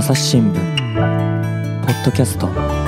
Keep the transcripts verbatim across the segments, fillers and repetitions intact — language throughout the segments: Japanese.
朝日新聞ポッドキャスト。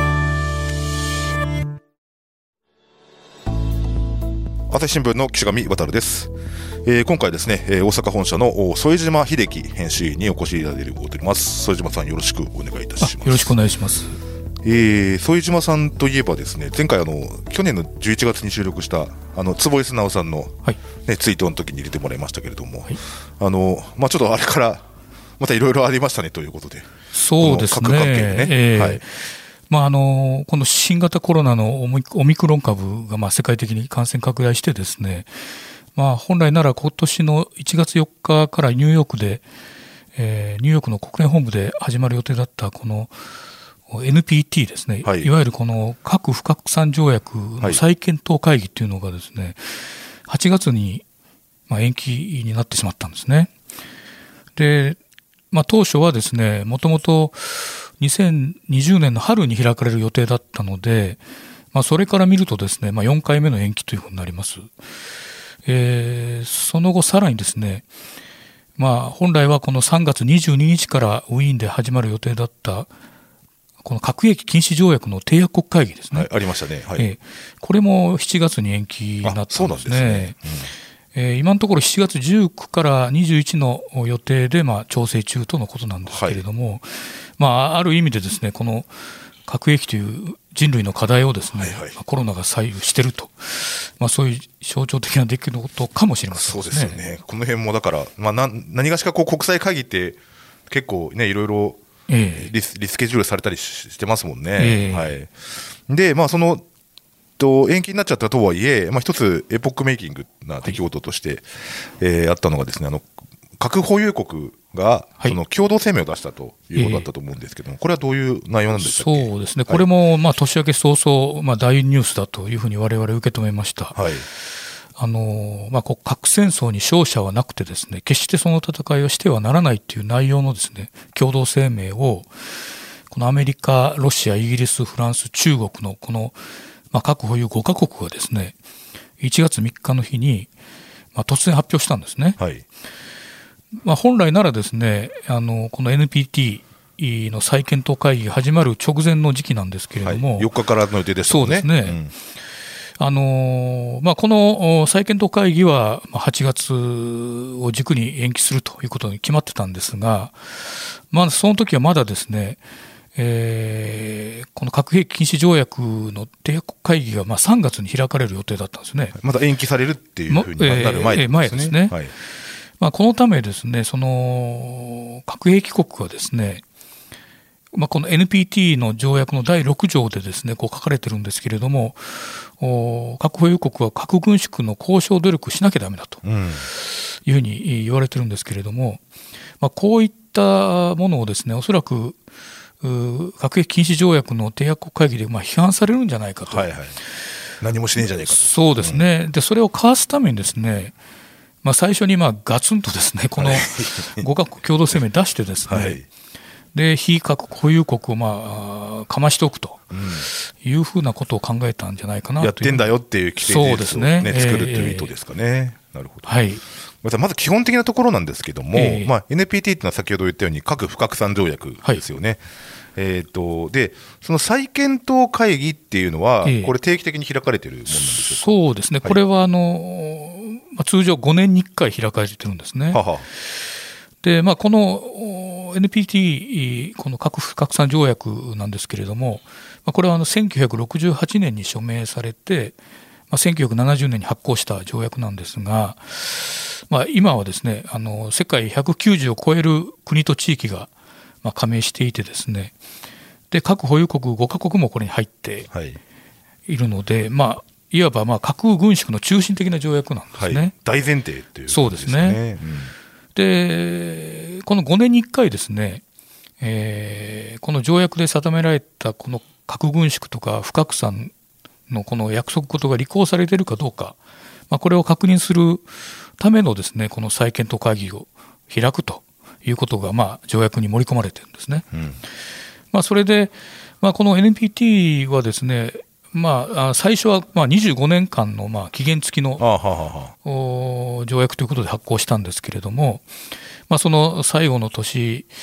朝日新聞の岸上渉です。えー、今回ですね、えー、大阪本社の副島秀樹編集員にお越しいただいております。副島さん、よろしくお願いいたします。 よろしくお願いします。 えー、副島さんといえばですね、前回あの去年のじゅういちがつに収録したあの坪井直さんの、 はいね、ツイートの時に入れてもらいましたけれども、はい、あのまあ、ちょっとあれからまたいろいろありましたねということで。 そうですね、 核関係でね、 えーはい、 まあ、あのこの新型コロナのオミ、オミクロン株がまあ世界的に感染拡大してですね、まあ、本来なら今年のいちがつよっかからニューヨークで、えー、ニューヨークの国連本部で始まる予定だったこの エヌピーティー ですね、はい、いわゆるこの核不拡散条約の再検討会議というのがですね、はちがつにまあ延期になってしまったんですね。で、まあ、当初はですね、もともとにせんにじゅうねんの春に開かれる予定だったので、まあ、それから見るとですね、まあ、よんかいめの延期ということになります。えー、その後さらにですね、まあ、本来はこのさんがつにじゅうににちからウィーンで始まる予定だったこの核兵器禁止条約の締約国会議ですね、 はい、ありましたね、はい、 えー、これもしちがつに延期になったんですね。えー、今のところしちがつじゅうくからにじゅういちの予定でまあ調整中とのことなんですけれども、はい、まあ、ある意味でですね、この核兵器という人類の課題をですね、はいはい、コロナが左右していると、まあ、そういう象徴的な出来事かもしれませんね。 そうですよね。この辺もだから、まあ、な何がしかこう国際会議って結構ね、いろいろリス、リスケジュールされたりしてますもんね、えーはい、で、まあ、そのと延期になっちゃったとはいえ、まあ、一つエポックメイキングな出来事として、はい、えー、あったのがですね、あの核保有国がその共同声明を出したということだったと思うんですけども、これはどういう内容なんでしたっけ。 そうですね、これもまあ年明け早々、まあ、大ニュースだというふうに我々受け止めました。はい、あのまあ、こう核戦争に勝者はなくてですね、決してその戦いをしてはならないという内容のですね、共同声明をこのアメリカ、ロシア、イギリス、フランス、中国のこのまあ、核保有ごかこくがですね、いちがつみっかの日に、まあ、突然発表したんですね。はい、まあ、本来ならですね、あのこの エヌピーティー の再検討会議が始まる直前の時期なんですけれども、はい、 よっかからの予定ですよね。 そうですね、うん、あのまあ、この再検討会議ははちがつを軸に延期するということに決まってたんですが、まあ、その時はまだですね、えー、この核兵器禁止条約の締約国会議がまあさんがつに開かれる予定だったんですね。 まだ延期されるっていうふうになる前ですね。 前ですね。はい、まあ、このためですね、その核兵器国はですね、まあ、この エヌピーティー の条約のだいろく条でですね、こう書かれてるんですけれども、核保有国は核軍縮の交渉努力しなきゃダメだというふうに言われてるんですけれども、まあ、こういったものをですね、おそらく核兵器禁止条約の締約国会議でまあ批判されるんじゃないかと、 はいはい、何もしねえんじゃねえかと。 そうですね、うん、でそれをかわすためにですね、まあ、最初にまあガツンとですね、このごかこく共同声明出してですね、はい、で非核保有国をまあかましておくというふうなことを考えたんじゃないかなという。 やってんだよっていう規定を、ねね、作るという意図ですかね。えー、なるほど。はい、まず基本的なところなんですけども、えーまあ、エヌピーティー というのは先ほど言ったように核不拡散条約ですよね。はい、えー、とでその再検討会議っていうのは、えー、これ定期的に開かれているものなんでしょうか。 そうですね、これはあの、まあ、通常ごねんにいっかい開かれているんですね。ははで、まあ、この エヌピーティー、この核不拡散条約なんですけれども、まあ、これはあのせんきゅうひゃくろくじゅうはちねんに署名されて、まあ、せんきゅうひゃくななじゅうねんに発効した条約なんですが、まあ、今はですね、あの世界ひゃくきゅうじゅうを超える国と地域がまあ加盟していてですね、で核保有国ごかこくもこれに入っているので、はい、まあ、いわばまあ核軍縮の中心的な条約なんですね。はい、 大前提という、ね、 そうですね。うん、でこのごねんにいっかいですね、えー、この条約で定められたこの核軍縮とか不拡散のこの約束事が履行されているかどうか、まあ、これを確認するためのですね、この再検討会議を開くということがまあ条約に盛り込まれているんですね。うん、まあ、それで、まあ、この エヌピーティー はですね、まあ、最初はまあにじゅうごねんかんのまあ期限付きの条約ということで発効したんですけれども、まあ、その最後の年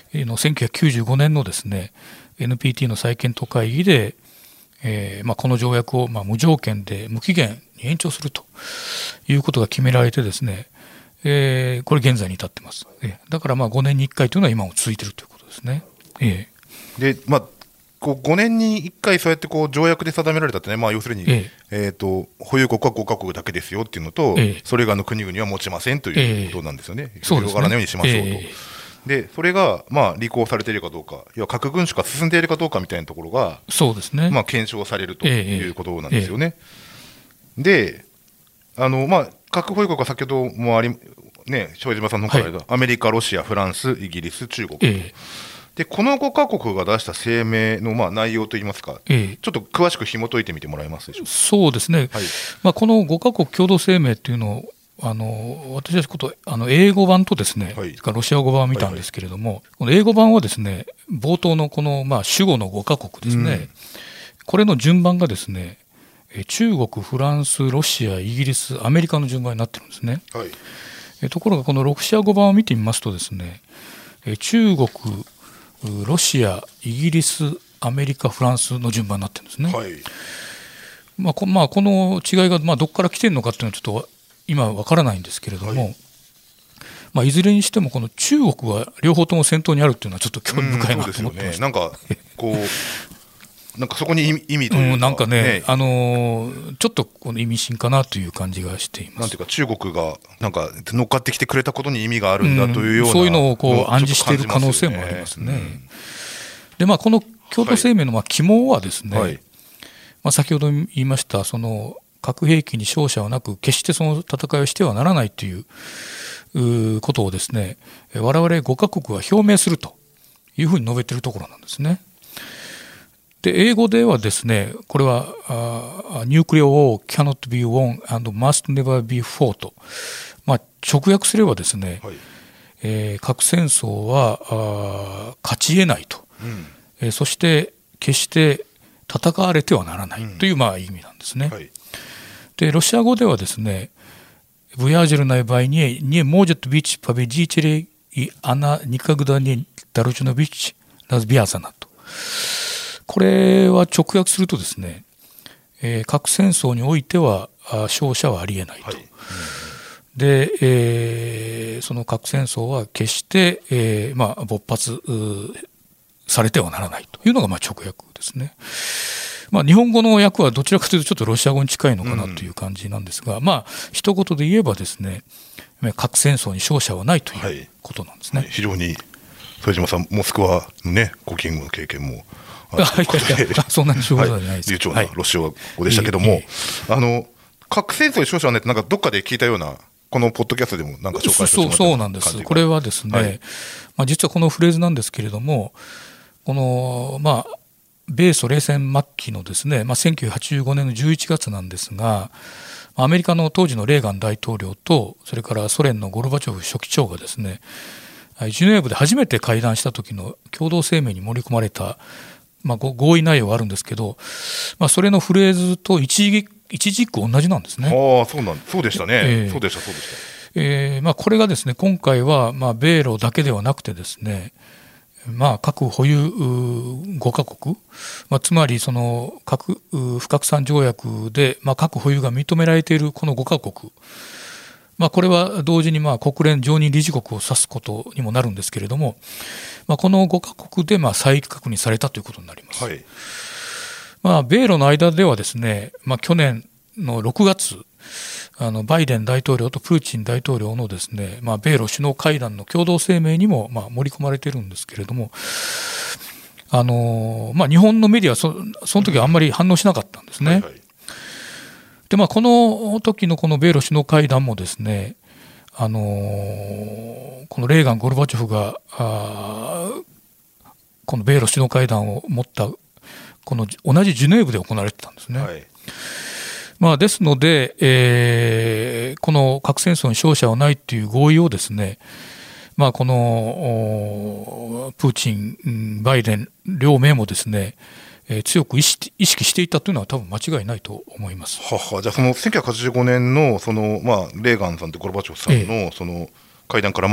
のせんきゅうひゃくきゅうじゅうごねんのですね エヌピーティー の再検討会議で、えーまあ、この条約をまあ無条件で無期限に延長するということが決められてですね、えー、これ現在に至ってます。えー、だからまあごねんにいっかいというのは今も続いているということですね。えー、でまあこうごねんにいっかいそうやってこう条約で定められたってね、まあ、要するに、えええー、と保有国はごカ国だけですよっていうのと、ええ、それ以外の国々は持ちませんということなんですよね、ええ、広がらないようにしましょうと、ええ、でそれがまあ履行されているかどうか、要は核軍縮が進んでいるかどうかみたいなところが、 そうですね、 まあ、検証されるということなんですよね。ええ、であの、まあ、核保有国は先ほどもあり、ね、庄島さんの方から、はい、アメリカ、ロシア、フランス、イギリス、中国と。ええでこのごカ国が出した声明のまあ内容といいますか、ええ、ちょっと詳しく紐解いてみてもらえますでしょうか。 そうですね、はい、まあ、このごカ国共同声明というのをあの私たちことあの英語版とですね、はい、ロシア語版を見たんですけれども、はいはい、この英語版はですね冒頭のこのまあ主語のごカ国ですね、うん、これの順番がですね中国、フランス、ロシア、イギリス、アメリカの順番になってるんですね。はい、えところがこのロシア語版を見てみますとですね中国、ロシア、イギリス、アメリカ、フランスの順番になってるんですね。はい、まあこまあ、この違いがまあどこから来てるのかっていうのはちょっと今は分からないんですけれども、はい、まあ、いずれにしてもこの中国は両方とも先頭にあるっていうのはちょっと興味深いなと思ってました。 なんかこうなんかそこに意味、意味というか、 うん、なんかね、ね、あのー、ちょっとこの意味深かなという感じがしています。 なんていうか中国がなんか乗っかってきてくれたことに意味があるんだというような、 うん、そういうのをこう暗示している可能性もありますね。うん、でまあ、この共同声明のまあ肝はですね、はい、まあ、先ほど言いましたその核兵器に勝者はなく決してその戦いをしてはならないということをですね我々ごカ国は表明するというふうに述べているところなんですね。で英語ではですねこれは「Nuclear War cannot be won and must never be fought」、まあ、直訳すればですね、はい、えー、核戦争は勝ち得ないと、うん、えー、そして決して戦われてはならないというまあ意味なんですね。うん、はい、でロシア語ではですねВыяжерная войне не может быть победителей и она никогда не должна быть развязанаと。これは直訳するとですね、えー、核戦争においては勝者はありえないと。はい、うん、で、えー、その核戦争は決して、えーまあ、勃発されてはならないというのがまあ直訳ですね。まあ、日本語の訳はどちらかというとちょっとロシア語に近いのかなという感じなんですが、うん、まあ一言で言えばですね核戦争に勝者はないということなんですね。はい、 非常に副島さんモスクワのねご勤務の経験もあるということで、 そんなに仕事じゃないです。 流暢なロシア語でしたけども、はい、あの核戦争に勝者はないってなんかどっかで聞いたようなこのポッドキャストでもなんか紹介してもらったそうそうなんです。これはですね、はい、まあ、実はこのフレーズなんですけれどもこのまあ米ソ冷戦末期のですね、まあ、せんきゅうひゃくはちじゅうごねんのじゅういちがつなんですがアメリカの当時のレーガン大統領とそれからソ連のゴルバチョフ書記長がですねジュネーブで初めて会談した時の共同声明に盛り込まれた、まあ、合意内容があるんですけど、まあ、それのフレーズと一字一字一句同じなんですね。 ああ、そうなんそうでしたね、えー、そうでしたそうでした、 えーまあ、これがですね今回はまあ米ロだけではなくてですねまあ、核保有ごカ国、まあ、つまりその核不拡散条約で、まあ、核保有が認められているこのごカ国、まあ、これは同時にまあ国連常任理事国を指すことにもなるんですけれども、まあ、このごカ国でまあ再確認されたということになります。はい、まあ、米ロの間ではですね、まあ、去年のろくがつあのバイデン大統領とプーチン大統領のですね、まあ、米ロ首脳会談の共同声明にもまあ盛り込まれているんですけれども、あのまあ、日本のメディアは そ, その時はあんまり反応しなかったんですね。はいはい、でまあ、この時のこの米ロ首脳会談もですね、あのこのレーガン・ゴルバチョフがあこの米ロ首脳会談を持ったこの同じジュネーブで行われてたんですね。はい、まあ、ですので、えー、この核戦争に勝者はないという合意をですね、まあ、このプーチン、バイデン両名もですね、えー、強く意識、意識していたというのは多分間違いないと思います。 はは、じゃあそのせんきゅうひゃくはちじゅうごねんのその、まあ、レーガンさんとゴルバチョフさんのその会談からまあ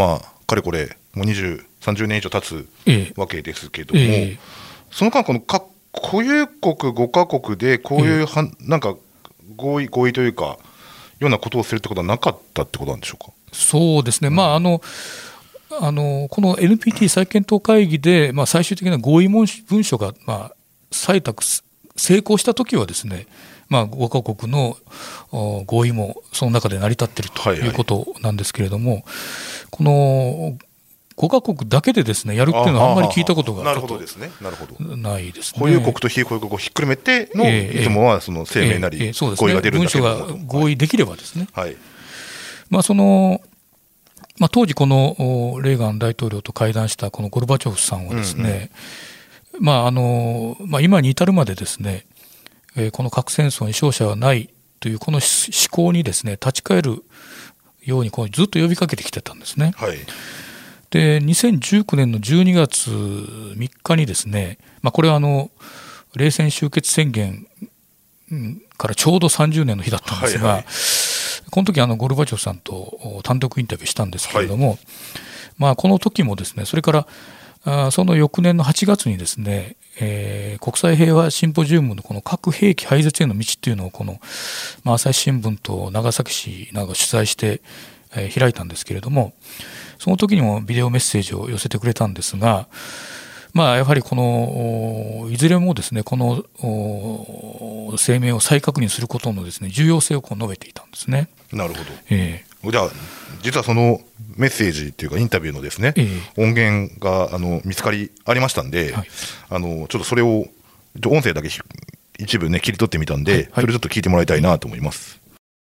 かれこれもうにじゅう、さんじゅうねん以上経つわけですけども、 ええ、 その間このか固有国ごカ国でこういうは、ええ、なんか合意合意というかようなことをするってことはなかったってことなんでしょうか。 そうですね、うん、まああのあのこの エヌピーティー 再検討会議で、まあ、最終的な合意文書が、まあ、採択成功したときはですね、まあ、ごカ国の合意もその中で成り立っているということなんですけれども、はいはい、このごカ国だけでですねやるっていうのはあんまり聞いたことがないですね。 保有国と非保有国をひっくるめての、えー、いつもはその声明なり合意が出るんだけども、 文書が合意できればですね、はい、まあそのまあ、当時このレーガン大統領と会談したこのゴルバチョフさんはですね、うんうん、まああのまあ、今に至るまでですね、えー、この核戦争に勝者はないというこの思考にですね立ち返るようにこうずっと呼びかけてきてたんですね。 はい、 でにせんじゅうきゅうねんのじゅうにがつみっかにですね、まあ、これはあの冷戦終結宣言からちょうどさんじゅうねんの日だったんですが、はいはい、この時あのゴルバチョフさんと単独インタビューしたんですけれども、はい、まあ、この時もですねそれからあその翌年のはちがつにですね、えー、国際平和シンポジウムのこの核兵器廃絶への道っていうのをこの、まあ、朝日新聞と長崎市などが主催して、えー、開いたんですけれども、その時にもビデオメッセージを寄せてくれたんですが、まあ、やはりこのいずれもですねこの声明を再確認することのですね重要性をこう述べていたんですね。 なるほど、えー、じゃあ実はそのメッセージというかインタビューのですね、えー、音源があの見つかりありましたんで、はい、あのちょっとそれを音声だけ一部ね切り取ってみたんで、はいはい、それちょっと聞いてもらいたいなと思います。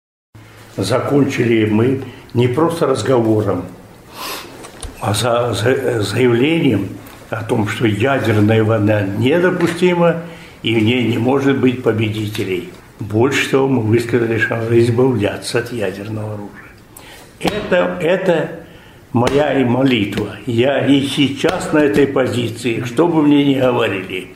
Закончили мы не просто разговором, а заявлением о том, что ядерная война недопустима и в ней не может быть победителей. Больше того, мы высказали, что надо избавляться от ядерного оружия. Это, это моя и молитва. Я и сейчас на этой позиции, что бы мне ни говорили.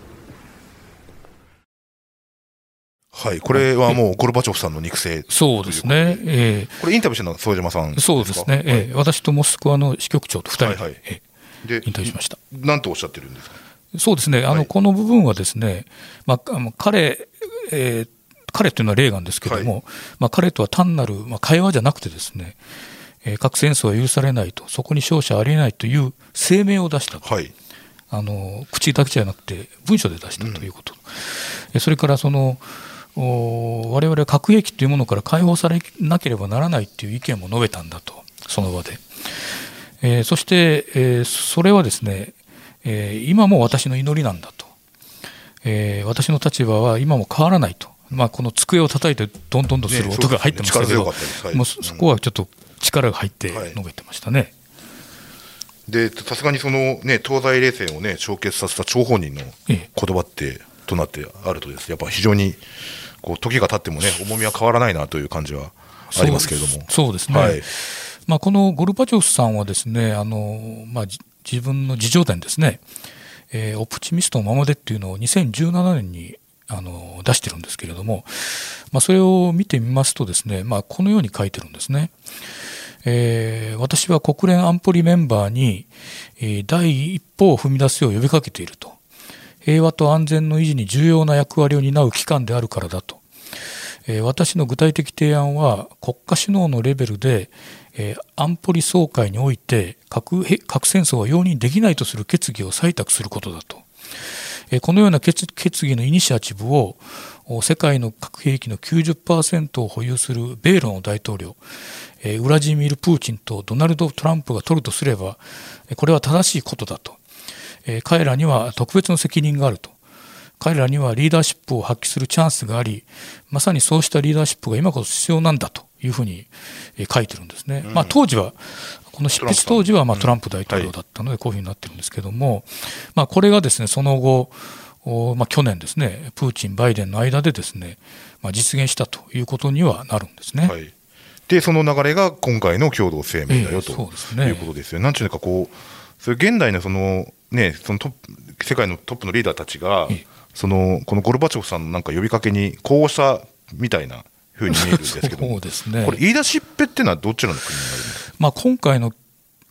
はい、これはもうゴルバチョフさんの肉声ということで、 そうですね、えー、これインタビューしたのは副島さんですか。 そうですね、えー、私とモスクワの支局長とふたりで、はいはい、えー、でインタビューしました。 何とおっしゃってるんですか。 そうですね、あの、はい、この部分はですね、まあ、彼、えー、彼というのはレーガンですけれども、はい、まあ、彼とは単なる、まあ、会話じゃなくてですね、えー、核戦争は許されないと、そこに勝者ありえないという声明を出したと、はい、あの口だけじゃなくて文書で出したということ、うん、それからその我々は核兵器というものから解放されなければならないという意見も述べたんだと、その場で、えー、そして、えー、それはですね、えー、今も私の祈りなんだと、えー、私の立場は今も変わらないと、まあ、この机を叩いてどんどんとする音が入ってましたけど、ね、はい、もうそこはちょっと力が入って述べてましたね。はい、 でさすがにその、ね、東西冷戦を、ね、終結させた張本人の言葉って、ええ、となってあるとです、やっぱ非常にこう時が経ってもね重みは変わらないなという感じはありますけれども。 そうですね、はい、まあ、このゴルバチョフさんはですね、あの、まあ、自分の自叙伝ですね、えー、オプチミストのままでっていうのをにせんじゅうななねんにあの出してるんですけれども、まあ、それを見てみますとですね、まあ、このように書いてるんですね。えー、私は国連安保理メンバーに、えー、第一歩を踏み出すよう呼びかけていると。平和と安全の維持に重要な役割を担う機関であるからだと。えー、私の具体的提案は国家首脳のレベルで、えー、安保理総会において 核, 核戦争は容認できないとする決議を採択することだと。えー、このような 決, 決議のイニシアチブを世界の核兵器の きゅうじゅっパーセント を保有する米ロの大統領、えー、ウラジミール・プーチンとドナルド・トランプが取るとすれば、これは正しいことだと。えー、彼らには特別の責任があると。彼らにはリーダーシップを発揮するチャンスがあり、まさにそうしたリーダーシップが今こそ必要なんだというふうに書いてるんですね。うん、まあ、当時はこの執筆当時はまあトランプ大統領だったのでこういうふうになってるんですけども、まあ、これがですねその後、まあ、去年ですねプーチンバイデンの間でですね、まあ、実現したということにはなるんですね。 はい、でその流れが今回の共同声明だよ、えー、とそうですね、いうことですよ。なんていうかこうそれ現代のそのねそのトップ世界のトップのリーダーたちが、えーそのこのゴルバチョフさんのなんか呼びかけにこうしたみたいな風に見えるんですけどそうですね、 これ言い出しっぺっていうのはどちらの国になりますか。 まあ、今回の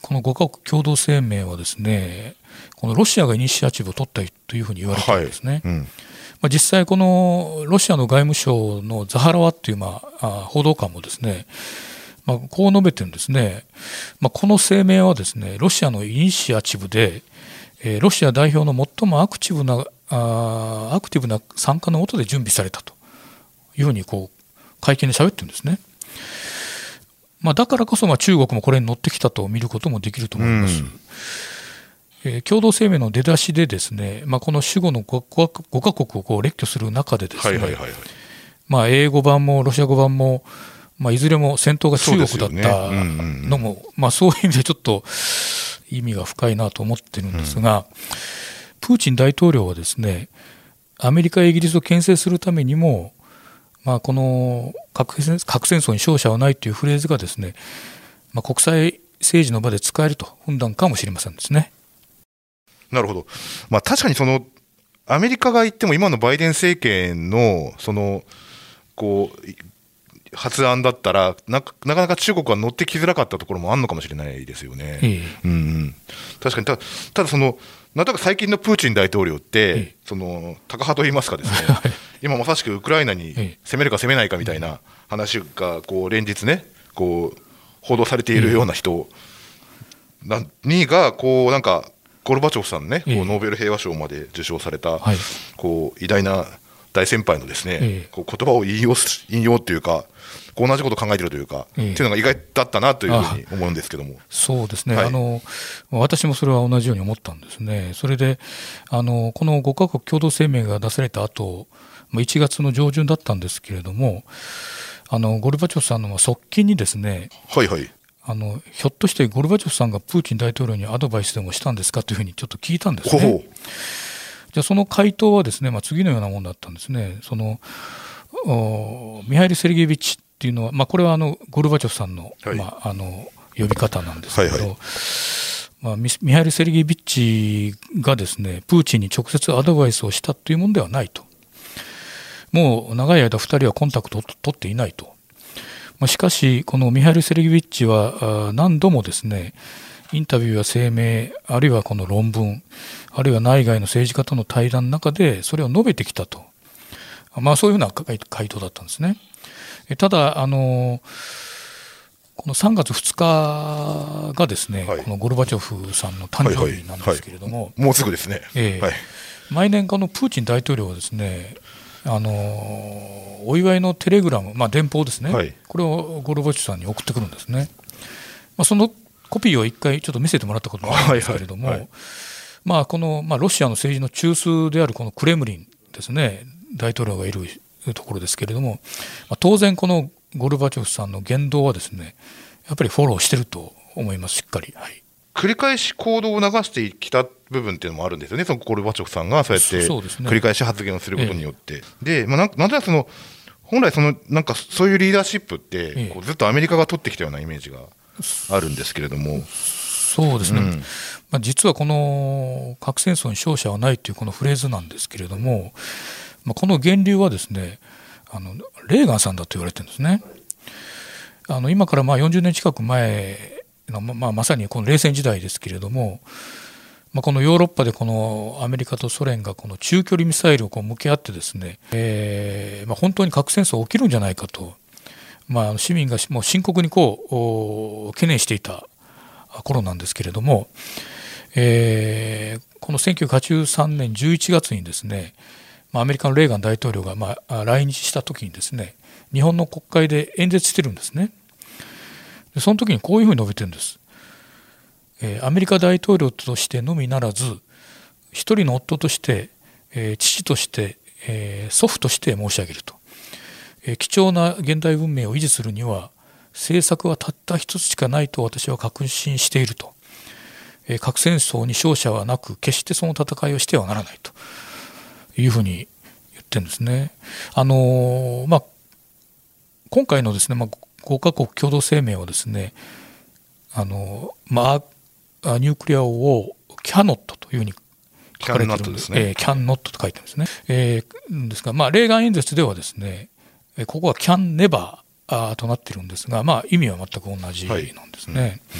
このごカ国共同声明はですね、このロシアがイニシアチブを取ったというふうに言われているんですね。はい、うん、まあ、実際このロシアの外務省のザハラワっていう、まあ、報道官もですね、まあ、こう述べてるんですね。まあ、この声明はですね、ロシアのイニシアチブで、えー、ロシア代表の最もアクティブなあアクティブな参加の下で準備されたというふうにこう会見で喋ってるんですね。まあ、だからこそまあ中国もこれに乗ってきたと見ることもできると思います。うん、えー、共同声明の出だしでですね、まあ、この主語の 5, 5カ国をこう列挙する中でですね、はいはいはいはい、まあ、英語版もロシア語版も、まあ、いずれも先頭が中国だったのも、そう、まあ、そういう意味でちょっと意味が深いなと思ってるんですが、うん、プーチン大統領はですね、アメリカやイギリスを牽制するためにも、まあ、この 核, 核戦争に勝者はないというフレーズがですね、まあ、国際政治の場で使えると踏んだんかもしれませんですね。 なるほど、まあ、確かにそのアメリカが言っても今のバイデン政権のそのこう発案だったら な, なかなか中国は乗ってきづらかったところもあるのかもしれないですよね。ええ、うんうん、確かに た, ただそのなんとか最近のプーチン大統領って、ええ、そのタカ派といいますかですね今まさしくウクライナに攻めるか攻めないかみたいな話がこう連日ねこう報道されているような人にがこうなんかゴルバチョフさんね、こうノーベル平和賞まで受賞されたこう偉大な大先輩のですねこう言葉を引用引用というか同じことを考えているというか、ええ、っていうのが意外だったなというふうに思うんですけども。 そうですね、はい、あの私もそれは同じように思ったんですね。それであのこのごカ国共同声明が出された後いちがつの上旬だったんですけれども、あのゴルバチョフさんの側近にですね、 はいはい、 あのひょっとしてゴルバチョフさんがプーチン大統領にアドバイスでもしたんですかというふうにちょっと聞いたんですね。じゃあその回答はですね、まあ、次のようなものだったんですね。そのミハイル・セルゲイビッチっていうのは、まあ、これはあのゴルバチョフさんの、はい、まあ、あの呼び方なんですけど、はいはい、まあ、ミ, ミハイル・セルゲイビッチがですねプーチンに直接アドバイスをしたというものではないと。もう長い間ふたりはコンタクトを取っていないと。まあ、しかしこのミハイル・セルゲイビッチは何度もですねインタビューや声明あるいはこの論文あるいは内外の政治家との対談の中でそれを述べてきたと、まあ、そういうふうな回答だったんですね。ただあのこのさんがつふつかがですね、はい、このゴルバチョフさんの誕生日なんですけれども、 はいはいはい、もうすぐですね、 えーはい、毎年このプーチン大統領はですねあのお祝いのテレグラム、まあ、電報ですね、はい、これをゴルバチョフさんに送ってくるんですね。まあ、そのコピーを一回ちょっと見せてもらったことがあるんですけれども、はいはいはい、まあ、この、まあ、ロシアの政治の中枢であるこのクレムリンですね、大統領がいるところですけれども、まあ、当然このゴルバチョフさんの言動はですねやっぱりフォローしてると思います、しっかり、はい、 繰り返し行動を流してきた部分っていうのもあるんですよね、そのゴルバチョフさんがそうやって繰り返し発言をすることによって、ええ、で、まあ、なんなんとなくその本来そのなんかそういうリーダーシップってこうずっとアメリカが取ってきたようなイメージがあるんですけれども、 そうですね、うん、まあ、実はこの核戦争に勝者はないというこのフレーズなんですけれども、まあ、この源流はですねあのレーガンさんだと言われてるんですね。あの今からまあよんじゅうねん近く前の、まあ、まさにこの冷戦時代ですけれども、まあ、このヨーロッパでこのアメリカとソ連がこの中距離ミサイルをこう向け合ってですね、えーまあ、本当に核戦争起きるんじゃないかと、まあ、市民がもう深刻にこう懸念していた頃なんですけれども、えー、このせんきゅうひゃくはちじゅうさんねんじゅういちがつにですねアメリカのレーガン大統領がまあ来日した時にですね日本の国会で演説してるんですね。でその時にこういうふうに述べてるんです。えー、アメリカ大統領としてのみならず一人の夫として、えー、父として、えー、祖父として申し上げると、えー、貴重な現代文明を維持するには政策はたった一つしかないと私は確信していると、えー、核戦争に勝者はなく決してその戦いをしてはならないというふうに言ってるんですね。あのーまあ、今回のですね、まあ、ごカ国共同声明はですねあのーまあ、ニュークリアをキャノットというふうに書かれているんです、ねえー、キャンノットと書いてるんですね。えー、ですが、まあ、レーガン演説ではですねここはキャンネバーとなっているんですが、まあ、意味は全く同じなんですね。はい、うん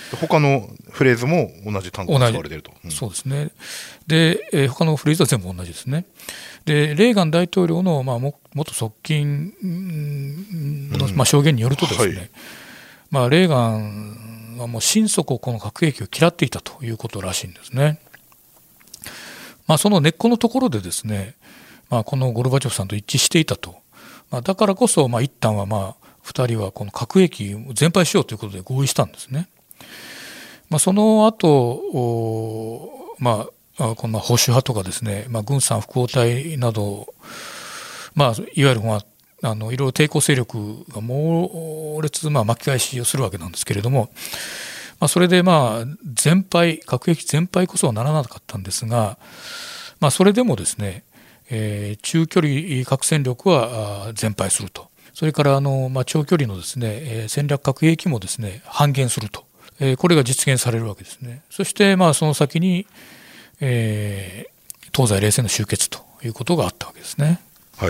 他のフレーズも同じ単語が使われていると、 うん、そうですね。で、えー、他のフレーズは全部同じですね。でレーガン大統領の、まあ、も元側近の、まあ、証言によるとですね、うんはいまあ、レーガンはもう心底この核兵器を嫌っていたということらしいんですね。まあ、その根っこのところでですね、まあ、このゴルバチョフさんと一致していたと、まあ、だからこそまあ一旦はまあふたりはこの核兵器を全廃しようということで合意したんですね。まあ、その後、まあ、この保守派とかですね、まあ、軍産複合体など、まあ、いわゆる、まあ、あのいろいろ抵抗勢力が猛烈、まあ、巻き返しをするわけなんですけれども、まあ、それでまあ全廃核兵器全廃こそはならなかったんですが、まあ、それでもですね、えー、中距離核戦力は全廃すると、それからあの、まあ、長距離のですね戦略核兵器もですね半減すると、えー、これが実現されるわけですね。そしてまあその先に、えー、東西冷戦の終結ということがあったわけですね。 はい。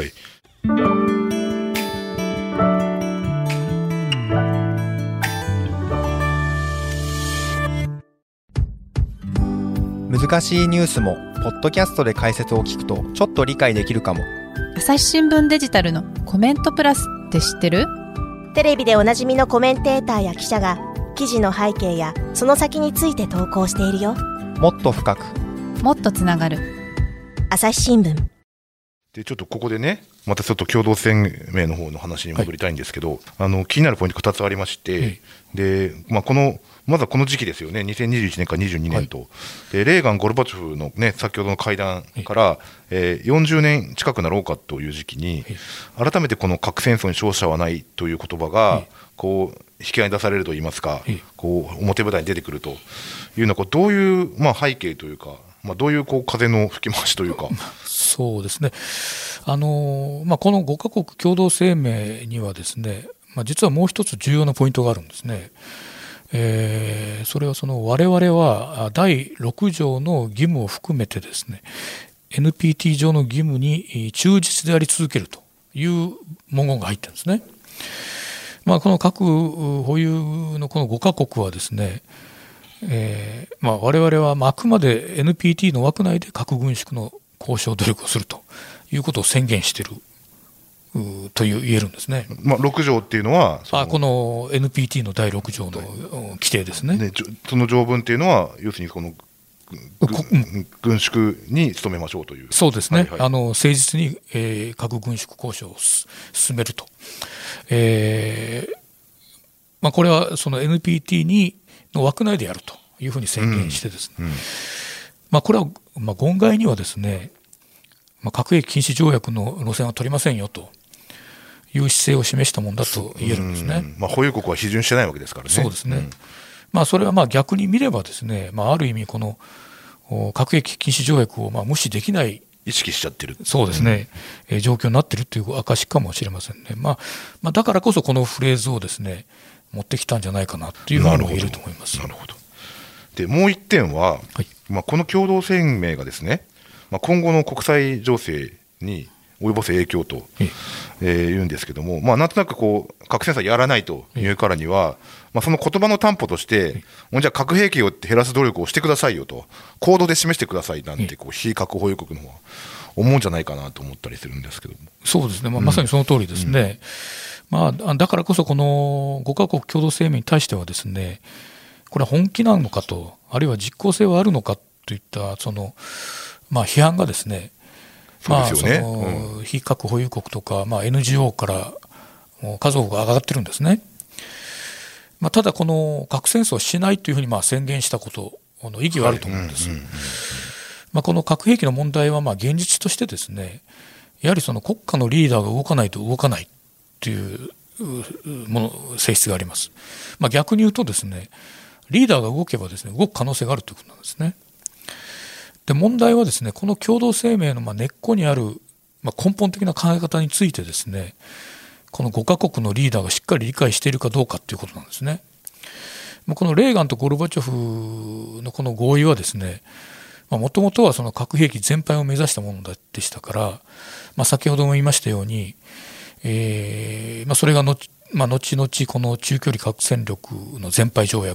難しいニュースもポッドキャストで解説を聞くとちょっと理解できるかも。 朝日新聞デジタルのコメントプラスって知ってる？ テレビでおなじみのコメンテーターや記者が記事の背景やその先について投稿しているよ。 もっと深く、 もっとつながる。 朝日新聞。 でちょっとここでねまたちょっと共同声明の方の話に戻りたいんですけど、はい、あの気になるポイントふたつありまして、はい、でまあ、このまずはこの時期ですよね、にせんにじゅういちねんからにじゅうにねんと、はい、でレーガン・ゴルバチョフの、ね、先ほどの会談から、はいえー、よんじゅうねん近くなろうかという時期に、はい、改めてこの核戦争に勝者はないという言葉が、はい、こう引き合いに出されるといいますか、はい、こう表舞台に出てくるというのはこうどういう、まあ、背景というか、まあ、どういう、こう風の吹き回しというか。 そうですね、あのまあ、このごカ国共同声明にはですね、まあ、実はもう一つ重要なポイントがあるんですね。えー、それはその我々はだいろく条の義務を含めてですね エヌピーティー 上の義務に忠実であり続けるという文言が入ってるんですね。まあ、この核保有のこのごカ国はですね、えーまあ、我々はあくまで エヌピーティー の枠内で核軍縮の交渉努力をするということを宣言しているという言えるんですね。 まあ、ろく条っていうのはそのあこの エヌピーティー のだいろく条の規定ですね。 でその条文っていうのは要するにこの軍縮に努めましょうという。 そうですね、はいはい、あの誠実に、えー、核軍縮交渉を進めると、えーまあ、これはその エヌピーティー にの枠内でやるというふうに宣言してですね、うんうんまあ、これは、まあ、言外にはですね、まあ、核兵器禁止条約の路線は取りませんよという姿勢を示したものだと言えるんですね。 まあ、保有国は批准してないわけですからね。 そうですね、うんまあ、それはまあ逆に見ればですね、まあ、ある意味この核兵器禁止条約をまあ無視できない意識しちゃってるそうですね、うん、状況になっているという証かもしれませんね。まあまあ、だからこそこのフレーズをですね持ってきたんじゃないかなというふうにも言えると思います。 なるほど。でもう一点は、はいまあ、この共同声明がですね、まあ、今後の国際情勢に及ぼす影響と、えー、言うんですけども、まあ、なんとなくこう核戦争やらないというからには、まあ、その言葉の担保として、じゃあ核兵器を減らす努力をしてくださいよと行動で示してくださいなんてこう非核保有国の方は思うんじゃないかなと思ったりするんですけども。 そうですね、まあ、まさにその通りですね、うんまあ、だからこそこのごカ国共同声明に対してはですねこれは本気なのかとあるいは実効性はあるのかといったその、まあ、批判がですねまあ、その非核保有国とか、まあ、エヌジーオー からもう数多く上がってるんですね。まあ、ただこの核戦争をしないというふうにまあ宣言したことの意義はあると思うんです。まあ、この核兵器の問題はまあ現実としてですねやはりその国家のリーダーが動かないと動かないというもの性質があります。まあ、逆に言うとですねリーダーが動けばですね動く可能性があるということなんですね。で問題はですねこの共同声明のまあ根っこにあるまあ根本的な考え方についてですねこのごカ国のリーダーがしっかり理解しているかどうかということなんですね。このレーガンとゴルバチョフのこの合意はですねもともとはその核兵器全廃を目指したものでしたから、まあ、先ほども言いましたように、えーまあ、それが後、まあ、後々この中距離核戦力の全廃条約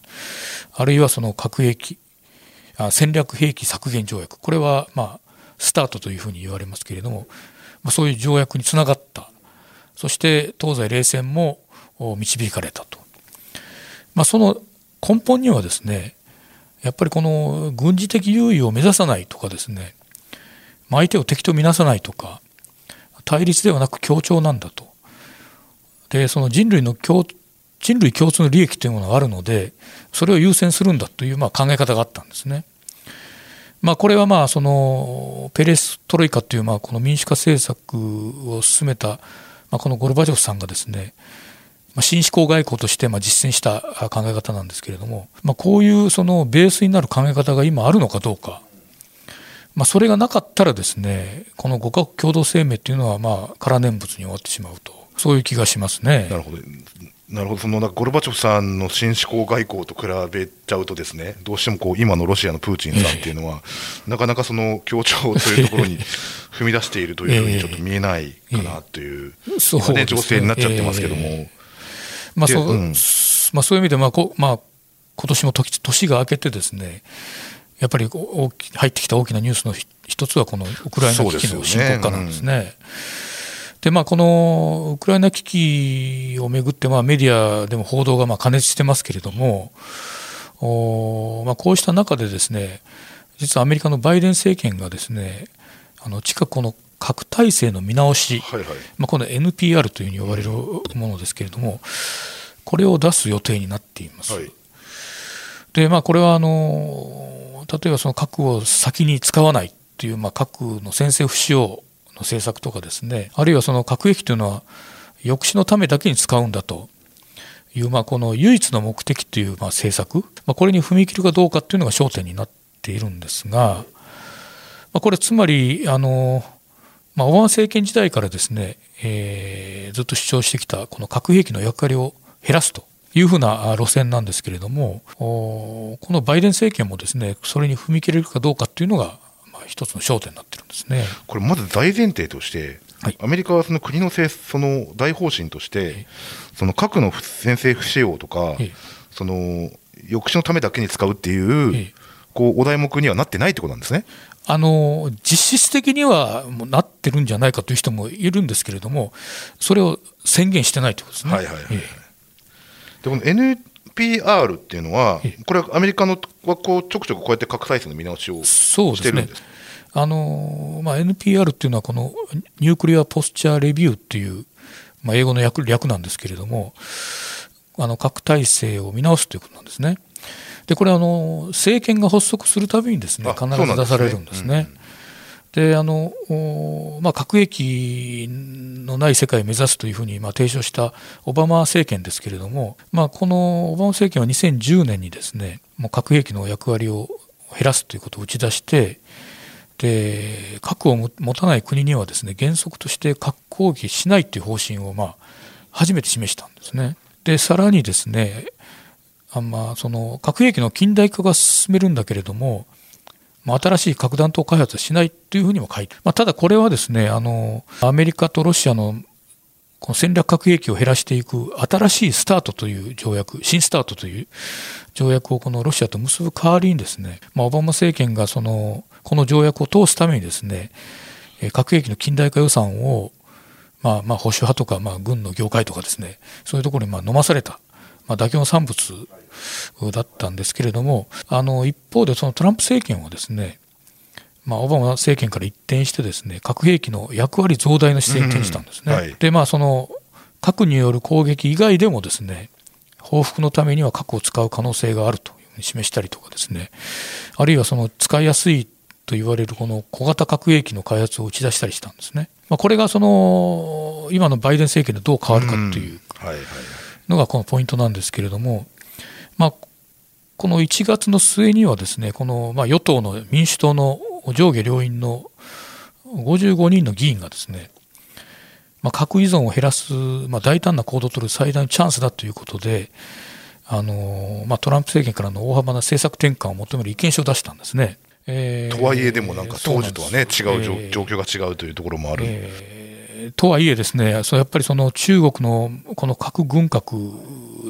あるいはその核兵器あ戦略兵器削減条約、これはまあスタートというふうに言われますけれども、まあ、そういう条約につながった、そして東西冷戦も導かれたと、まあ、その根本にはですね、やっぱりこの軍事的優位を目指さないとかですね、相手を敵と見なさないとか、対立ではなく協調なんだと。で、その人類の共人類共通の利益というものがあるので、それを優先するんだというまあ考え方があったんですね。まあ、これはまあそのペレストロイカというまあこの民主化政策を進めたまあこのゴルバチョフさんがですね、新思考外交としてまあ実践した考え方なんですけれども、まあ、こういうそのベースになる考え方が今あるのかどうか、まあ、それがなかったらですね、このごカ国共同声明というのはまあ空念仏に終わってしまうと、そういう気がしますね。 なるほど、なるほど。そのなんかゴルバチョフさんの新思考外交と比べちゃうとですね、どうしてもこう今のロシアのプーチンさんっていうのは、えー、なかなかその協調というところに踏み出しているというふうにちょっと見えないかなという、えー今ね、情勢になっちゃってますけども、えーまあそう、うんまあ、そういう意味で、まあこまあ、今年も 年, 年が明けてですね、やっぱり大き入ってきた大きなニュースの一つはこのウクライナ危機の深刻化なんですね。で、まあ、このウクライナ危機をめぐってまあメディアでも報道がまあ過熱してますけれども、おまあ、こうした中でですね、実はアメリカのバイデン政権がですね、あの近くこの核体制の見直し、はいはいまあ、この エヌピーアール というふうに呼ばれるものですけれども、これを出す予定になっています。はい、で、まあ、これはあの例えばその核を先に使わないという、まあ、核の先制不使用の政策とかですね、あるいはその核兵器というのは抑止のためだけに使うんだという、まあ、この唯一の目的というまあ政策、まあ、これに踏み切るかどうかというのが焦点になっているんですが、まあ、これつまりあのまあ、オバマ政権時代からですね、えー、ずっと主張してきたこの核兵器の役割を減らすというふうな路線なんですけれども、このバイデン政権もですね、それに踏み切れるかどうかというのが、まあ、一つの焦点になっているんですね。 これまず大前提として、はい、アメリカはその国のその大方針として、その核の先制不使用とか、その抑止のためだけに使うっていう、こうお題目にはなってないってことなんですね。 あの実質的にはもうなってるんじゃないかという人もいるんですけれども、それを宣言してないということですね。はいはいはい、ええ、 でこの エヌピーアール っていうのは、ええ、これはアメリカのはこうちょくちょくこうやって核体制の見直しをしてるんです。そうですね。 あの、まあ、エヌピーアール っていうのはこのニュークリアポスチャーレビューっていう、まあ、英語の略、略なんですけれども、あの核体制を見直すということなんですね。でこれはあの政権が発足するたびにですね、必ず出されるんですね。であの、まあ、核兵器のない世界を目指すというふうにまあ提唱したオバマ政権ですけれども、まあ、このオバマ政権はにせんじゅうねんにですね、もう核兵器の役割を減らすということを打ち出して、で核を持たない国にはですね、原則として核攻撃しないという方針をまあ初めて示したんですね。でさらにですね、あまあ、その核兵器の近代化が進めるんだけれども、まあ、新しい核弾頭開発はしないというふうにも書いてある。まあ、ただこれはですね、あのアメリカとロシアのこの戦略核兵器を減らしていく新しいスタートという条約、新スタートという条約をこのロシアと結ぶ代わりにですね、まあ、オバマ政権がそのこの条約を通すためにですね、核兵器の近代化予算をまあまあ保守派とかまあ軍の業界とかですね、そういうところにまあ飲まされた。まあ、妥協の産物だったんですけれども、あの一方でそのトランプ政権はですね、まあ、オバマ政権から一転してですね、核兵器の役割増大の姿勢に転じたんですね。うんはい、でまあその核による攻撃以外でもですね、報復のためには核を使う可能性があるというふうに示したりとかですね、あるいはその使いやすいと言われるこの小型核兵器の開発を打ち出したりしたんですね。まあ、これがその今のバイデン政権でどう変わるかという、うんはいはいのがこのポイントなんですけれども、まあ、このいちがつの末にはですね、このまあ与党の民主党の上下両院のごじゅうごにんの議員がですね、まあ、核依存を減らす、まあ、大胆な行動を取る最大のチャンスだということで、あのまあ、トランプ政権からの大幅な政策転換を求める意見書を出したんですね。 えー、とはいえでもなんか当時とはね違う、えー、状況が違うというところもある。えーとはいえですね、そやっぱりその中国のこの核軍拡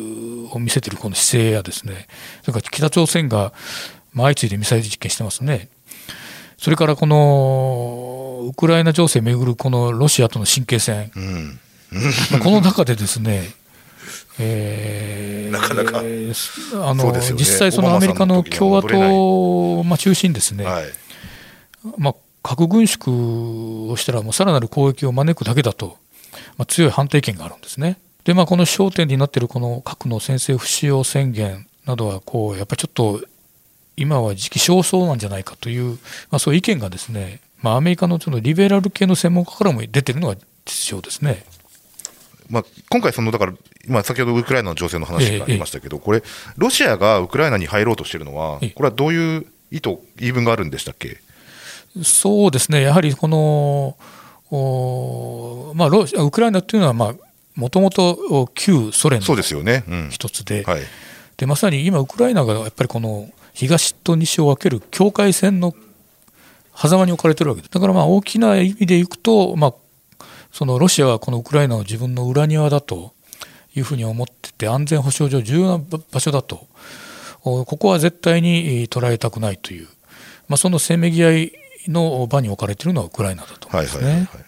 を見せているこの姿勢やですね、それから北朝鮮が相次いでミサイル実験してますね。それからこのウクライナ情勢をめぐるこのロシアとの神経戦、うん、この中でですね、えー、 なかなかあの、ね、実際そのアメリカの共和党、まあ、中心ですね、はい、まあ、核軍縮をしたらもうさらなる攻撃を招くだけだと、まあ、強い反対意見があるんですね。で、まあ、この焦点になっているこの核の先制不使用宣言などはこうやっぱりちょっと今は時期尚早なんじゃないかという、まあ、そういう意見がですね、まあ、アメリカのちょっとリベラル系の専門家からも出ているのが実情ですね。 まあ、今回そのだから、今先ほどウクライナの情勢の話がありましたけど、これロシアがウクライナに入ろうとしているのは、これはどういう意図、言い分があるんでしたっけ？ そうですね、やはりこの、まあ、ロウクライナというのはもともと旧ソ連の一つで、はい、でまさに今ウクライナがやっぱりこの東と西を分ける境界線の狭間に置かれているわけです。だからまあ大きな意味でいくと、まあ、そのロシアはこのウクライナを自分の裏庭だというふうに思ってて、安全保障上重要な場所だと、ここは絶対に捉えたくないという、まあ、そのせめぎ合いの場に置かれているのはウクライナだと思いますね。はいはいはいはい、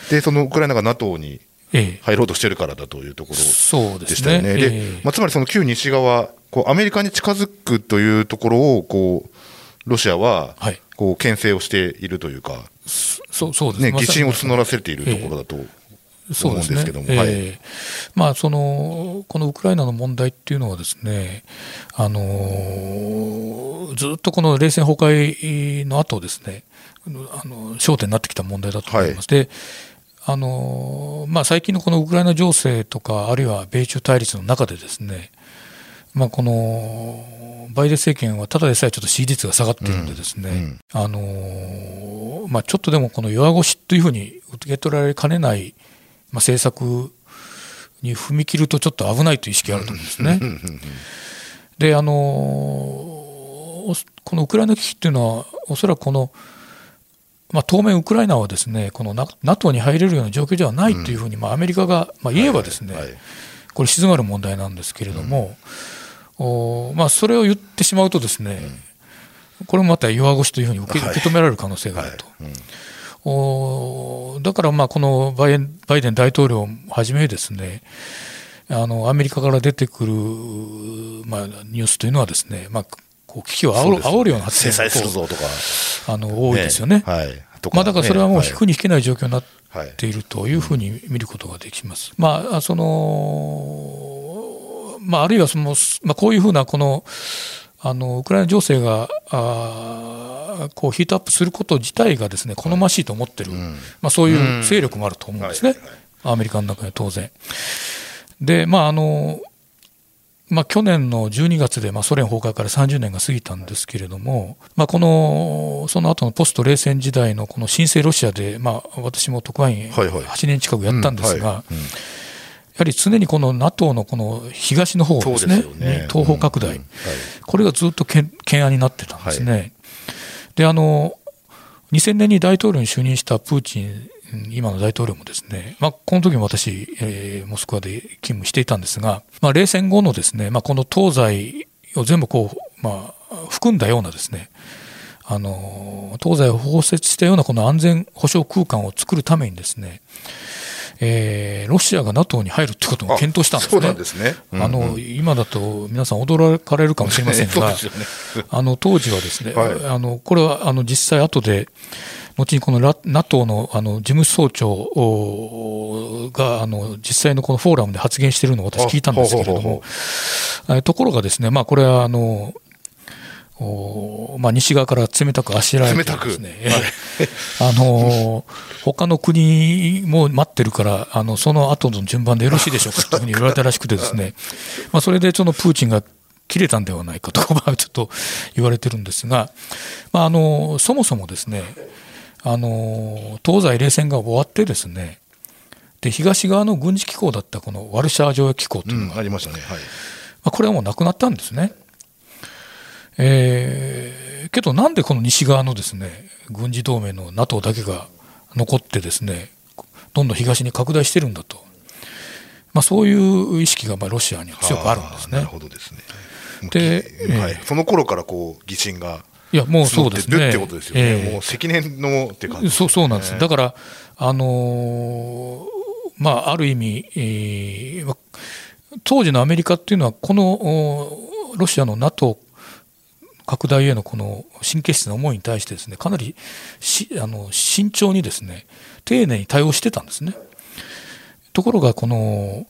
でそのウクライナが ナトー に入ろうとしているからだというところでしたよね。で、ええ、まあ、つまりその旧西側、こうアメリカに近づくというところをこうロシアはこう牽制をしているというか、はい、 そうそうですね、 疑心を募らせているところだと思うんですけども、 えええまあ、そのこのウクライナの問題っていうのはですね、あのずっとこの冷戦崩壊の後ですね、あの焦点になってきた問題だと思います。はい、であのまあ、最近のこのウクライナ情勢とか、あるいは米中対立の中でですね、まあ、このバイデン政権はただでさえちょっと支持率が下がっているのでですね、うんうん、あのまあ、ちょっとでもこの弱腰というふうに受け取られかねない、まあ、政策に踏み切るとちょっと危ないという意識があると思うんですね。で、あのこのウクライナ危機というのはおそらくこのまあ、当面ウクライナはですね、この ナトー に入れるような状況ではないというふうに、まあ、アメリカがまあ言えばですね、これ静まる問題なんですけれども、おまあ、それを言ってしまうとですね、これもまた弱腰というふうに受け受け止められる可能性があると。おだからまあこのバイデン、バイデン大統領をはじめですね、あのアメリカから出てくる、まあ、ニュースというのはですね、まあこう危機を煽る、煽るような発言が制裁するぞとかあの多いですよね。はい、まあ、だからそれはもう引くに引けない状況になっているというふうに見ることができます。まあそのまあ、あるいはその、まあ、こういうふうなこのあのウクライナ情勢があこうヒートアップすること自体がですね好ましいと思っている、うん、まあ、そういう勢力もあると思うんですね、アメリカの中で当然。で、まああのまあ、去年のじゅうにがつでまあソ連崩壊からさんじゅうねんが過ぎたんですけれども、まあ、このその後のポスト冷戦時代のこの新生ロシアで、まあ、私も特派員はちねん近くやったんですが、やはり常にこの ナトー のこの東の方ですね、東方拡大、これがずっと懸案になってたんですね。で、あのにせんねんに大統領に就任したプーチン今の大統領もですね、まあ、この時も私、えー、モスクワで勤務していたんですが、まあ、冷戦後のですね、まあ、この東西を全部こう、まあ、含んだようなですね、あの東西を包摂したようなこの安全保障空間を作るためにですね、えー、ロシアが ナトー に入るということも検討したんですね。 そうなんですね。うんうん、あの今だと皆さん驚かれるかもしれませんが、ね、あの当時はですね、はい、あのこれはあの実際後で後にこの ナトー の, あの事務総長があの実際のこのフォーラムで発言しているのを私聞いたんですけれども、ところがですね、まあ、これはあのおまあ、西側から冷たくあしられてですね、あの他の国も待ってるからあのその後の順番でよろしいでしょうかというふうに言われたらしくてですね、まあ、それでそのプーチンが切れたんではないかとちょっと言われてるんですが、まあ、あのそもそもですね、あの東西冷戦が終わってですね、で東側の軍事機構だったこのワルシャワ条約機構というのが、うん、ありましたね、はい、まあ、これはもうなくなったんですね。えー、けどなんでこの西側のですね軍事同盟の ナトー だけが残ってですねどんどん東に拡大してるんだと、 まあ、そういう意識がまあロシアには強くあるんですね。 なるほどですね。 で、 はい、その頃からこう疑心がいやもうそうですね。 ってことですよね。えー、もう積年のって感じ、ね。 そうそうなんです。だからあのー、まあある意味、えー、当時のアメリカっていうのはこのロシアの NATO 拡大へのこの神経質な思いに対してですね、かなりしあの慎重にですね、丁寧に対応してたんですね。ところがこの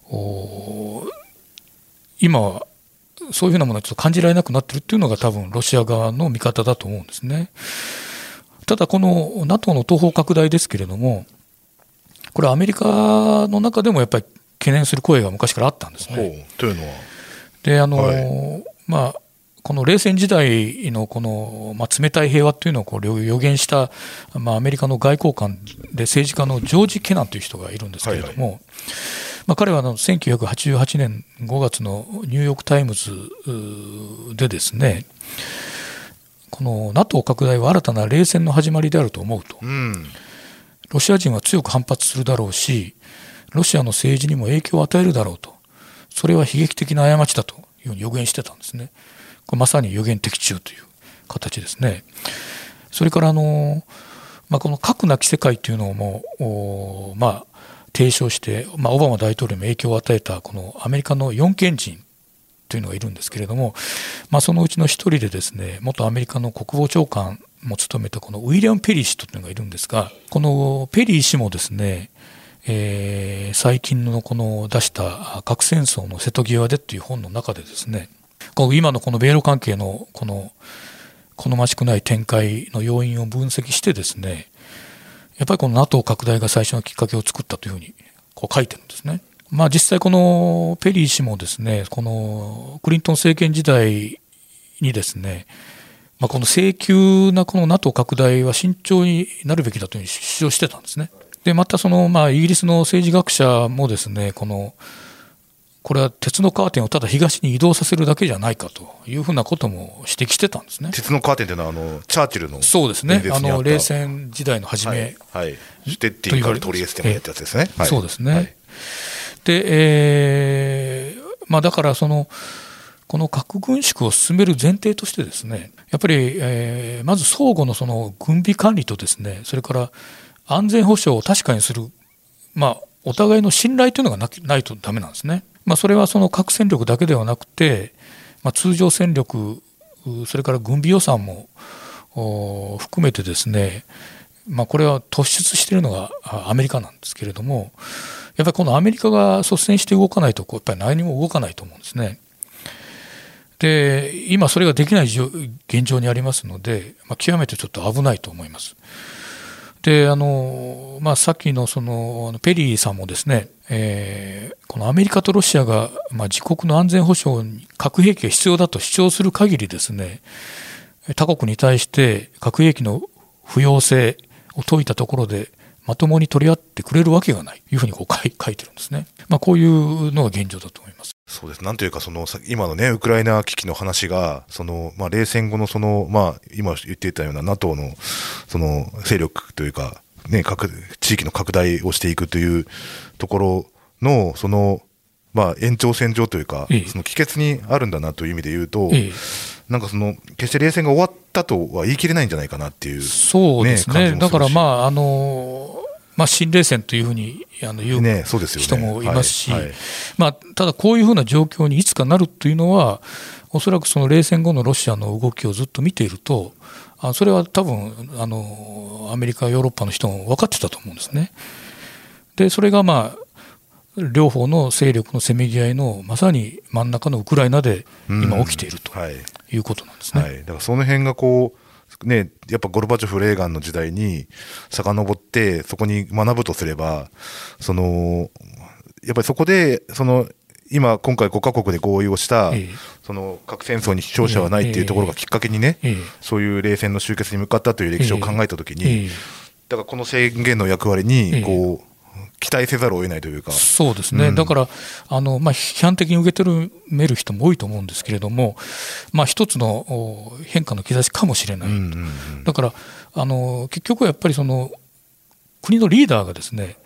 今はそういうふうなものはちょっと感じられなくなっているというのが多分ロシア側の見方だと思うんですね。ただこの NATO の東方拡大ですけれども、これアメリカの中でもやっぱり懸念する声が昔からあったんですね。 というのはであの、はい、まあこの冷戦時代のこの、まあ、冷たい平和というのをこう予言した、まあ、アメリカの外交官で政治家のジョージ・ケナンという人がいるんですけれども、はいはい、まあ、彼はあのせんきゅうひゃくはちじゅうはちねんごがつのニューヨーク・タイムズでですね、この NATO 拡大は新たな冷戦の始まりであると思うと、うん、ロシア人は強く反発するだろうし、ロシアの政治にも影響を与えるだろうと、それは悲劇的な過ちだというふうに予言してたんですね。これまさに予言的中という形ですね。それからあの、まあ、この核なき世界というのも、まあ、提唱して、まあ、オバマ大統領にも影響を与えたこのアメリカの四賢人というのがいるんですけれども、まあ、そのうちの一人でですね、元アメリカの国防長官も務めたこのウィリアム・ペリー氏というのがいるんですが、このペリー氏もですね、えー、最近のこの出した核戦争の瀬戸際でという本の中でですね、この今のこの米ロ関係のこの好ましくない展開の要因を分析してですね、やっぱりこの NATO 拡大が最初のきっかけを作ったというふうにこう書いてるんですね。まあ、実際このペリー氏もですね、このクリントン政権時代にですね、まあ、この性急なこの NATO 拡大は慎重になるべきだというふうに主張してたんですね。でまたそのまあイギリスの政治学者もですね、このこれは鉄のカーテンをただ東に移動させるだけじゃないかというふうなことも指摘してたんですね。 鉄のカーテンというのはあのチャーチルのそうですね、あの冷戦時代の初め、 はいはい、シュテッティンからトリエステもやったやつですね。はい、 そうですね、はい、で、えーまあ、だからそのこの核軍縮を進める前提としてですね、やっぱり、えー、まず相互のその軍備管理とですね、それから安全保障を確かにする、まあ、お互いの信頼というのが な, ないとダメなんですね。まあ、それはその核戦力だけではなくて、まあ、通常戦力、それから軍備予算も含めてですね、まあ、これは突出しているのがアメリカなんですけれども、やっぱりこのアメリカが率先して動かないとやっぱり何も動かないと思うんですね。で今それができない現状にありますので、まあ、極めてちょっと危ないと思います。であのまあ、さっき の, そのペリーさんもですね、えー、このアメリカとロシアが、まあ、自国の安全保障に核兵器が必要だと主張する限りですね、他国に対して核兵器の不要性を説いたところでまともに取り合ってくれるわけがないというふうにこう 書, い書いてるんですね。まあ、こういうのが現状だと思います。 そうです。なんというかその今のねウクライナ危機の話がその、まあ、冷戦後のその、まあ、今言っていたような NATO のその勢力というか、ね、各地域の拡大をしていくというところのその、まあ、延長線上というか、ええ、その帰結にあるんだなという意味で言うと、ええ、なんかその決して冷戦が終わったとは言い切れないんじゃないかなっていう、ね、 そうですね。だからまああのまあ、新冷戦というふうにあの言う人もいますし、まあ、ただこういうふうな状況にいつかなるというのはおそらくその冷戦後のロシアの動きをずっと見ていると、あそれは多分あのアメリカヨーロッパの人も分かってたと思うんですね。でそれがまあ両方の勢力のせめぎ合いのまさに真ん中のウクライナで今起きているということなんですね。 はいはい、だからその辺がこうね、やっぱゴルバチョフ・レーガンの時代に遡ってそこに学ぶとすれば、そのやっぱりそこでその今今回ごカ国で合意をした、ええ、その核戦争に勝者はないっていうところがきっかけにね、ええ、そういう冷戦の終結に向かったという歴史を考えたときに、ええ、だからこの宣言の役割にこう、ええ期待せざるを得ないというか。 そうですね、うん、だからあの、まあ、批判的に受け止める人も多いと思うんですけれども、まあ、一つの変化の兆しかもしれない、うんうんうん、だからあの結局はやっぱりその国のリーダーがですね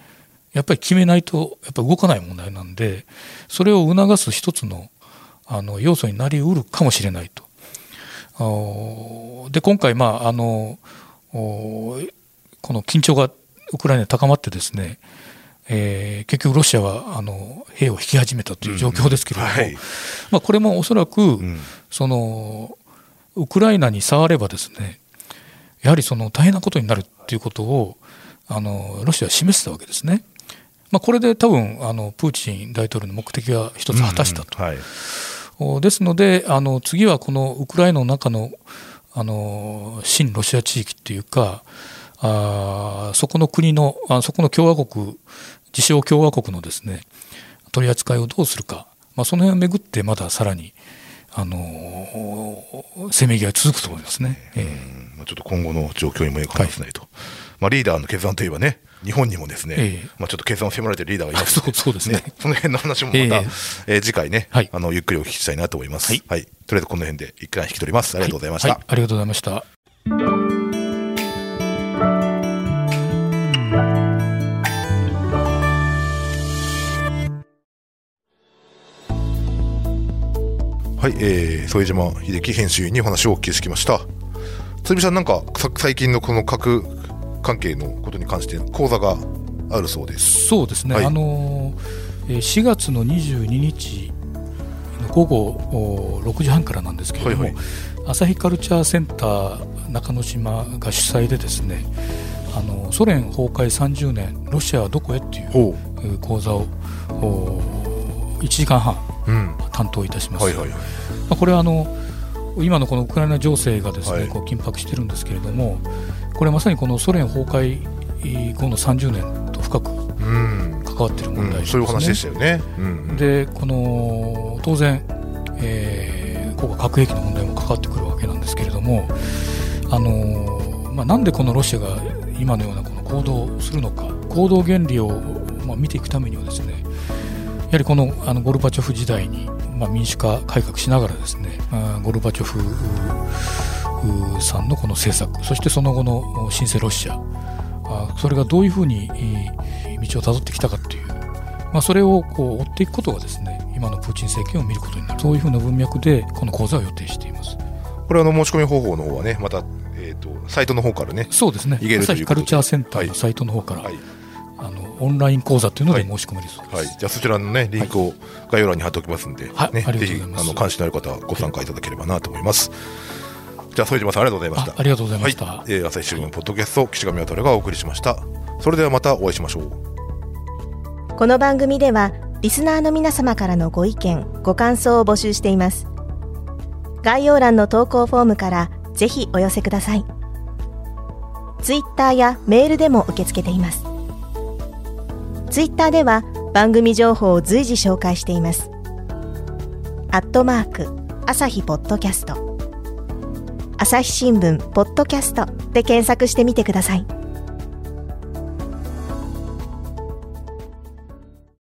やっぱり決めないとやっぱり動かない問題なんで、それを促す一つの、あの要素になりうるかもしれないと。で今回、まあ、あのこの緊張がウクライナで高まってですね、えー、結局ロシアはあの兵を引き始めたという状況ですけれども、うんはいまあ、これもおそらく、うん、そのウクライナに触ればですね、やはりその大変なことになるということをあのロシアは示したわけですね。まあ、これで多分あのプーチン大統領の目的が一つ果たしたと、うんうんはい、ですのであの次はこのウクライナの中のあの親ロシア地域というか、あそこの国のあそこの共和国自称共和国のですね取り扱いをどうするか、まあ、その辺をめぐってまださらにあのせめぎ合い続くと思いますね。 うんえー、ちょっと今後の状況にも影響がないと、はいまあ、リーダーの決断といえばね、日本にもですね、えーまあ、ちょっと決断を迫られているリーダーがいますので、 そうですね、 その辺の話もまた、えーえー、次回ね、はい、あのゆっくりお聞きしたいなと思います。はいはい、とりあえずこの辺で一回引き取ります。ありがとうございました。 はいはい、ありがとうございました。 はい、えー、副島秀樹編集員にお話をお聞きしてきました。鶴見さん、なんか最近のこの核関係のことに関して講座があるそうです。 そうですね、はい、あのしがつのにじゅうににちの午後ろくじはんからなんですけれども、はいはい、朝日カルチャーセンター中之島が主催でですね、あのソ連崩壊さんじゅうねんロシアはどこへという講座をいちじかんはん担当いたします。うんはいはいはい、まあ、これはあの今のこのウクライナ情勢がですね、はい、こう緊迫しているんですけれども、これまさにこのソ連崩壊後のさんじゅうねんと深く関わっている問題ですね。 うんうん、そういう話でしたよね。うんうん、 でこの当然、えー、ここ核兵器の問題も関わってくるわけなんですけれども、あの、まあ、なんでこのロシアが今のようなこの行動をするのか、行動原理を、まあ、見ていくためにはですね、やはりこの、あのゴルバチョフ時代に、まあ、民主化改革しながらですね、ゴルバチョフさんのこの政策、そしてその後の新生ロシア、それがどういうふうに道をたどってきたかという、まあ、それをこう追っていくことがですね、今のプーチン政権を見ることになる、そういうふうな文脈でこの講座を予定しています。 これはあの申し込み方法の方はね、また、えー、とサイトの方からね、 そうですね、朝日カルチャーセンターのサイトの方から、はいはい、あのオンライン講座というので申し込めるそうです。 はいはい、じゃあそちらの、ね、リンクを概要欄に貼っておきますので、 はい、 ね、ぜひあの関心のある方はご参加いただければなと思います。じゃあ副島さん、ありがとうございました。 あ、ありがとうございました。 はい、えー、朝日新聞ポッドキャスト、岸上渉がお送りしました。それではまたお会いしましょう。 この番組ではリスナーの皆様からのご意見ご感想を募集しています。概要欄の投稿フォームからぜひお寄せください。ツイッターやメールでも受け付けています。ツイッターでは番組情報を随時紹介しています。アットマーク朝日ポッドキャスト、朝日新聞ポッドキャストで検索してみてください。